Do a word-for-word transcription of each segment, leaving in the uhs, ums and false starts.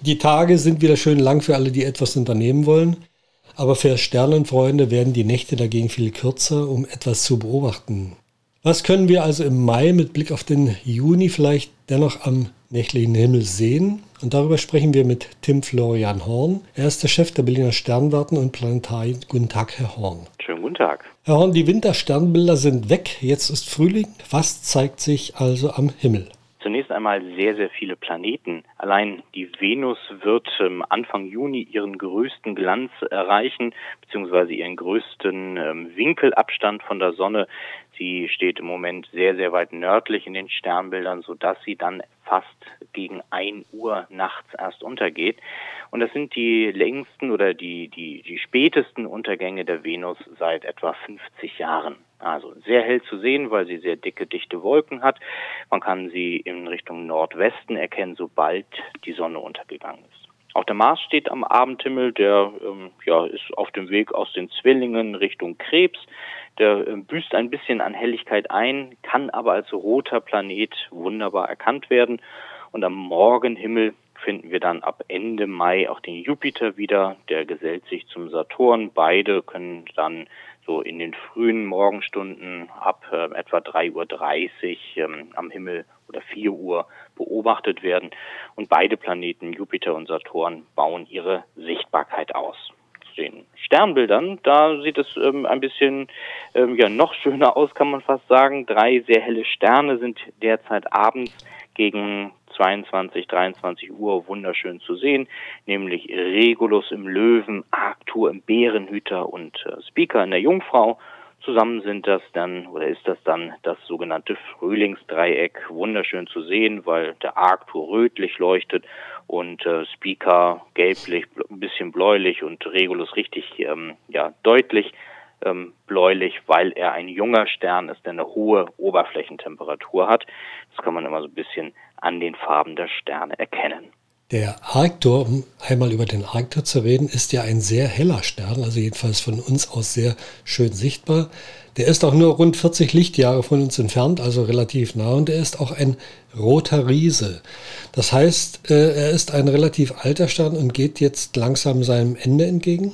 Die Tage sind wieder schön lang für alle, die etwas unternehmen wollen. Aber für Sternenfreunde werden die Nächte dagegen viel kürzer, um etwas zu beobachten. Was können wir also im Mai mit Blick auf den Juni vielleicht dennoch am nächtlichen Himmel sehen? Und darüber sprechen wir mit Tim Florian Horn. Er ist der Chef der Berliner Sternwarten und Planetarien. Guten Tag, Herr Horn. Schönen guten Tag. Herr Horn, die Wintersternbilder sind weg. Jetzt ist Frühling. Was zeigt sich also am Himmel? Zunächst einmal sehr, sehr viele Planeten. Allein die Venus wird ähm, Anfang Juni ihren größten Glanz erreichen, beziehungsweise ihren größten ähm, Winkelabstand von der Sonne. Sie steht im Moment sehr, sehr weit nördlich in den Sternbildern, sodass sie dann fast gegen ein Uhr nachts erst untergeht. Und das sind die längsten oder die, die, die spätesten Untergänge der Venus seit etwa fünfzig Jahren. Also sehr hell zu sehen, weil sie sehr dicke, dichte Wolken hat. Man kann sie in Richtung Nordwesten erkennen, sobald die Sonne untergegangen ist. Auch der Mars steht am Abendhimmel, der ähm, ja, ist auf dem Weg aus den Zwillingen Richtung Krebs. Der äh, büßt ein bisschen an Helligkeit ein, kann aber als roter Planet wunderbar erkannt werden. Und am Morgenhimmel finden wir dann ab Ende Mai auch den Jupiter wieder. Der gesellt sich zum Saturn. Beide können dann so in den frühen Morgenstunden ab äh, etwa drei Uhr dreißig ähm, am Himmel oder vier Uhr beobachtet werden. Und beide Planeten, Jupiter und Saturn, bauen ihre Sichtbarkeit aus. Zu den Sternbildern, da sieht es ähm, ein bisschen ähm, ja noch schöner aus, kann man fast sagen. Drei sehr helle Sterne sind derzeit abends gegen zweiundzwanzig, dreiundzwanzig Uhr wunderschön zu sehen, nämlich Regulus im Löwen, Arctur im Bärenhüter und äh, Spica in der Jungfrau. Zusammen sind das dann, oder ist das dann das sogenannte Frühlingsdreieck, wunderschön zu sehen, weil der Arctur rötlich leuchtet und äh, Spica gelblich, ein bisschen bläulich und Regulus richtig ähm, ja deutlich ähm, bläulich, weil er ein junger Stern ist, der eine hohe Oberflächentemperatur hat. Das kann man immer so ein bisschen an den Farben der Sterne erkennen. Der Arctur, um einmal über den Arctur zu reden, ist ja ein sehr heller Stern, also jedenfalls von uns aus sehr schön sichtbar. Der ist auch nur rund vierzig Lichtjahre von uns entfernt, also relativ nah, und er ist auch ein roter Riese. Das heißt, er ist ein relativ alter Stern und geht jetzt langsam seinem Ende entgegen?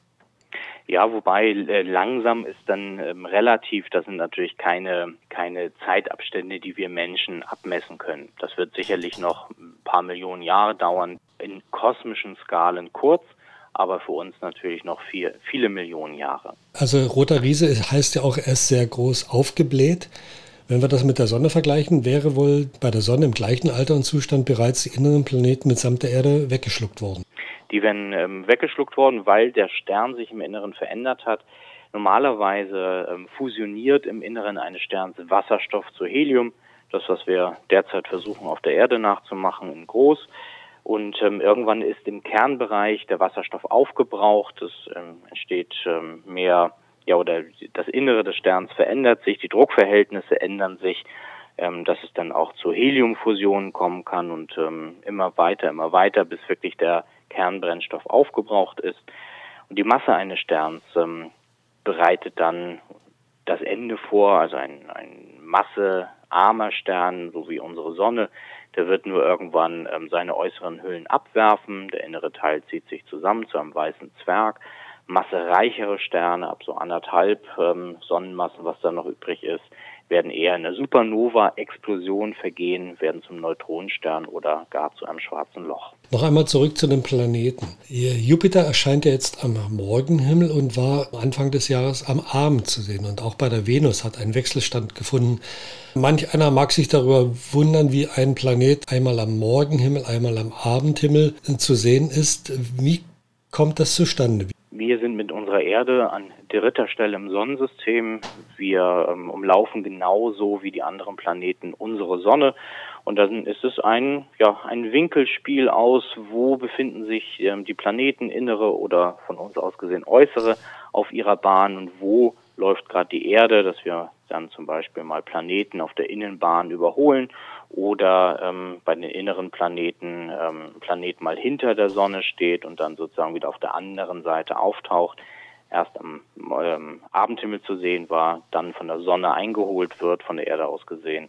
Ja, wobei äh, langsam ist dann ähm, relativ, das sind natürlich keine keine Zeitabstände, die wir Menschen abmessen können. Das wird sicherlich noch ein paar Millionen Jahre dauern, in kosmischen Skalen kurz, aber für uns natürlich noch viel, viele Millionen Jahre. Also roter Riese heißt ja auch, er ist sehr groß aufgebläht. Wenn wir das mit der Sonne vergleichen, wäre wohl bei der Sonne im gleichen Alter und Zustand bereits die inneren Planeten mitsamt der Erde weggeschluckt worden. Die werden ähm, weggeschluckt worden, weil der Stern sich im Inneren verändert hat. Normalerweise ähm, fusioniert im Inneren eines Sterns Wasserstoff zu Helium. Das, was wir derzeit versuchen auf der Erde nachzumachen, in groß. Und ähm, irgendwann ist im Kernbereich der Wasserstoff aufgebraucht. Es ähm, entsteht ähm, mehr, ja, oder das Innere des Sterns verändert sich, die Druckverhältnisse ändern sich, ähm, dass es dann auch zu Heliumfusionen kommen kann und ähm, immer weiter, immer weiter, bis wirklich der Kernbrennstoff aufgebraucht ist. Und die Masse eines Sterns ähm, bereitet dann das Ende vor, also ein, ein massearmer Stern, so wie unsere Sonne, der wird nur irgendwann ähm, seine äußeren Hüllen abwerfen, der innere Teil zieht sich zusammen zu einem weißen Zwerg. Massereichere Sterne, ab so anderthalb ähm, Sonnenmassen, was da noch übrig ist, werden eher in einer Supernova-Explosion vergehen, werden zum Neutronenstern oder gar zu einem schwarzen Loch. Noch einmal zurück zu den Planeten. Jupiter erscheint ja jetzt am Morgenhimmel und war Anfang des Jahres am Abend zu sehen. Und auch bei der Venus hat ein Wechsel stattgefunden. Manch einer mag sich darüber wundern, wie ein Planet einmal am Morgenhimmel, einmal am Abendhimmel zu sehen ist. Wie kommt das zustande? Wir sind mit unserer Erde an dritter Stelle im Sonnensystem. Wir ähm, umlaufen genauso wie die anderen Planeten unsere Sonne. Und dann ist es ein, ja, ein Winkelspiel aus, wo befinden sich ähm, die Planeten, innere oder von uns aus gesehen äußere, auf ihrer Bahn und wo läuft gerade die Erde, dass wir dann zum Beispiel mal Planeten auf der Innenbahn überholen oder ähm, bei den inneren Planeten ähm, ein Planet mal hinter der Sonne steht und dann sozusagen wieder auf der anderen Seite auftaucht, erst am ähm, Abendhimmel zu sehen war, dann von der Sonne eingeholt wird, von der Erde aus gesehen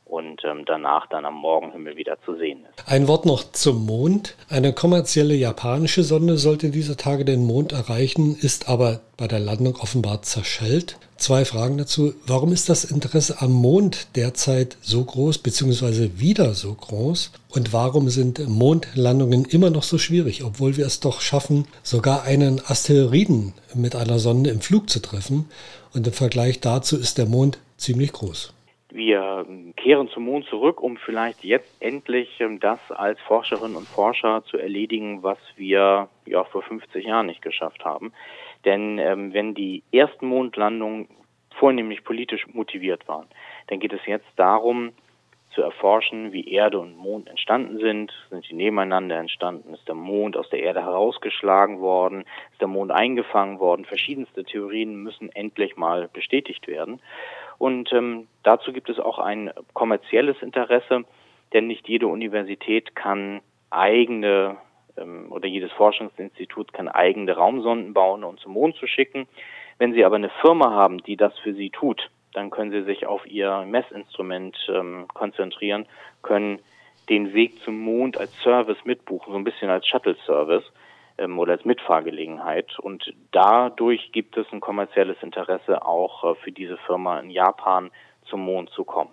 und ähm, danach dann am Morgenhimmel wieder zu sehen ist. Ein Wort noch zum Mond. Eine kommerzielle japanische Sonde sollte dieser Tage den Mond erreichen, ist aber bei der Landung offenbar zerschellt. Zwei Fragen dazu. Warum ist das Interesse am Mond derzeit so groß, beziehungsweise wieder so groß? Und warum sind Mondlandungen immer noch so schwierig, obwohl wir es doch schaffen, sogar einen Asteroiden mit einer Sonde im Flug zu treffen? Und im Vergleich dazu ist der Mond ziemlich groß. Wir kehren zum Mond zurück, um vielleicht jetzt endlich das als Forscherinnen und Forscher zu erledigen, was wir ja vor fünfzig Jahren nicht geschafft haben. Denn ähm, wenn die ersten Mondlandungen vornehmlich politisch motiviert waren, dann geht es jetzt darum, zu erforschen, wie Erde und Mond entstanden sind. Sind die nebeneinander entstanden? Ist der Mond aus der Erde herausgeschlagen worden? Ist der Mond eingefangen worden? Verschiedenste Theorien müssen endlich mal bestätigt werden. Und ähm, dazu gibt es auch ein kommerzielles Interesse, denn nicht jede Universität kann eigene ähm, oder jedes Forschungsinstitut kann eigene Raumsonden bauen und zum Mond zu schicken. Wenn Sie aber eine Firma haben, die das für Sie tut, dann können Sie sich auf Ihr Messinstrument ähm, konzentrieren, können den Weg zum Mond als Service mitbuchen, so ein bisschen als Shuttle-Service ähm, oder als Mitfahrgelegenheit. Und dadurch gibt es ein kommerzielles Interesse auch äh, für diese Firma in Japan zum Mond zu kommen.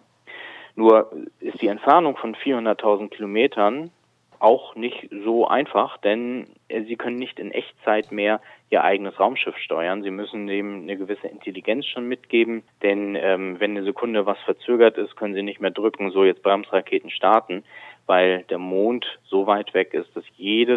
Nur ist die Entfernung von vierhunderttausend Kilometern auch nicht so einfach, denn äh, sie können nicht in Echtzeit mehr ihr eigenes Raumschiff steuern. Sie müssen dem eine gewisse Intelligenz schon mitgeben, denn ähm, wenn eine Sekunde was verzögert ist, können sie nicht mehr drücken, so jetzt Bremsraketen starten, weil der Mond so weit weg ist, dass jedes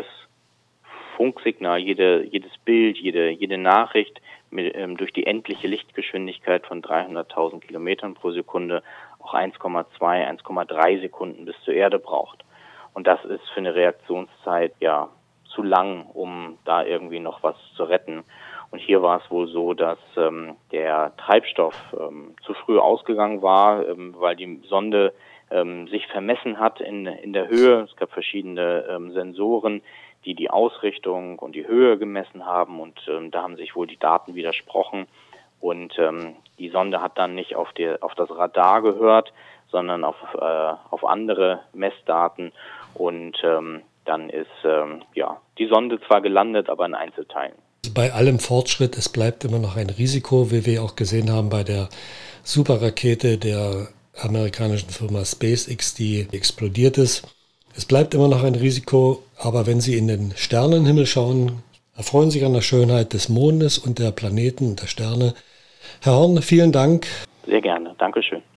Funksignal, jede, jedes Bild, jede, jede Nachricht mit, ähm, durch die endliche Lichtgeschwindigkeit von dreihunderttausend Kilometern pro Sekunde auch eins Komma zwei, eins Komma drei Sekunden bis zur Erde braucht. Und das ist für eine Reaktionszeit ja zu lang, um da irgendwie noch was zu retten. Und hier war es wohl so, dass ähm, der Treibstoff ähm, zu früh ausgegangen war, ähm, weil die Sonde ähm, sich vermessen hat in, in der Höhe. Es gab verschiedene ähm, Sensoren, die die Ausrichtung und die Höhe gemessen haben. Und ähm, da haben sich wohl die Daten widersprochen. Und ähm, die Sonde hat dann nicht auf, die, auf das Radar gehört, sondern auf, äh, auf andere Messdaten. Und ähm, dann ist ähm, ja die Sonde zwar gelandet, aber in Einzelteilen. Bei allem Fortschritt, es bleibt immer noch ein Risiko, wie wir auch gesehen haben bei der Superrakete der amerikanischen Firma SpaceX, die explodiert ist. Es bleibt immer noch ein Risiko, aber wenn Sie in den Sternenhimmel schauen, erfreuen Sie sich an der Schönheit des Mondes und der Planeten und der Sterne. Herr Horn, vielen Dank. Sehr gerne, Dankeschön.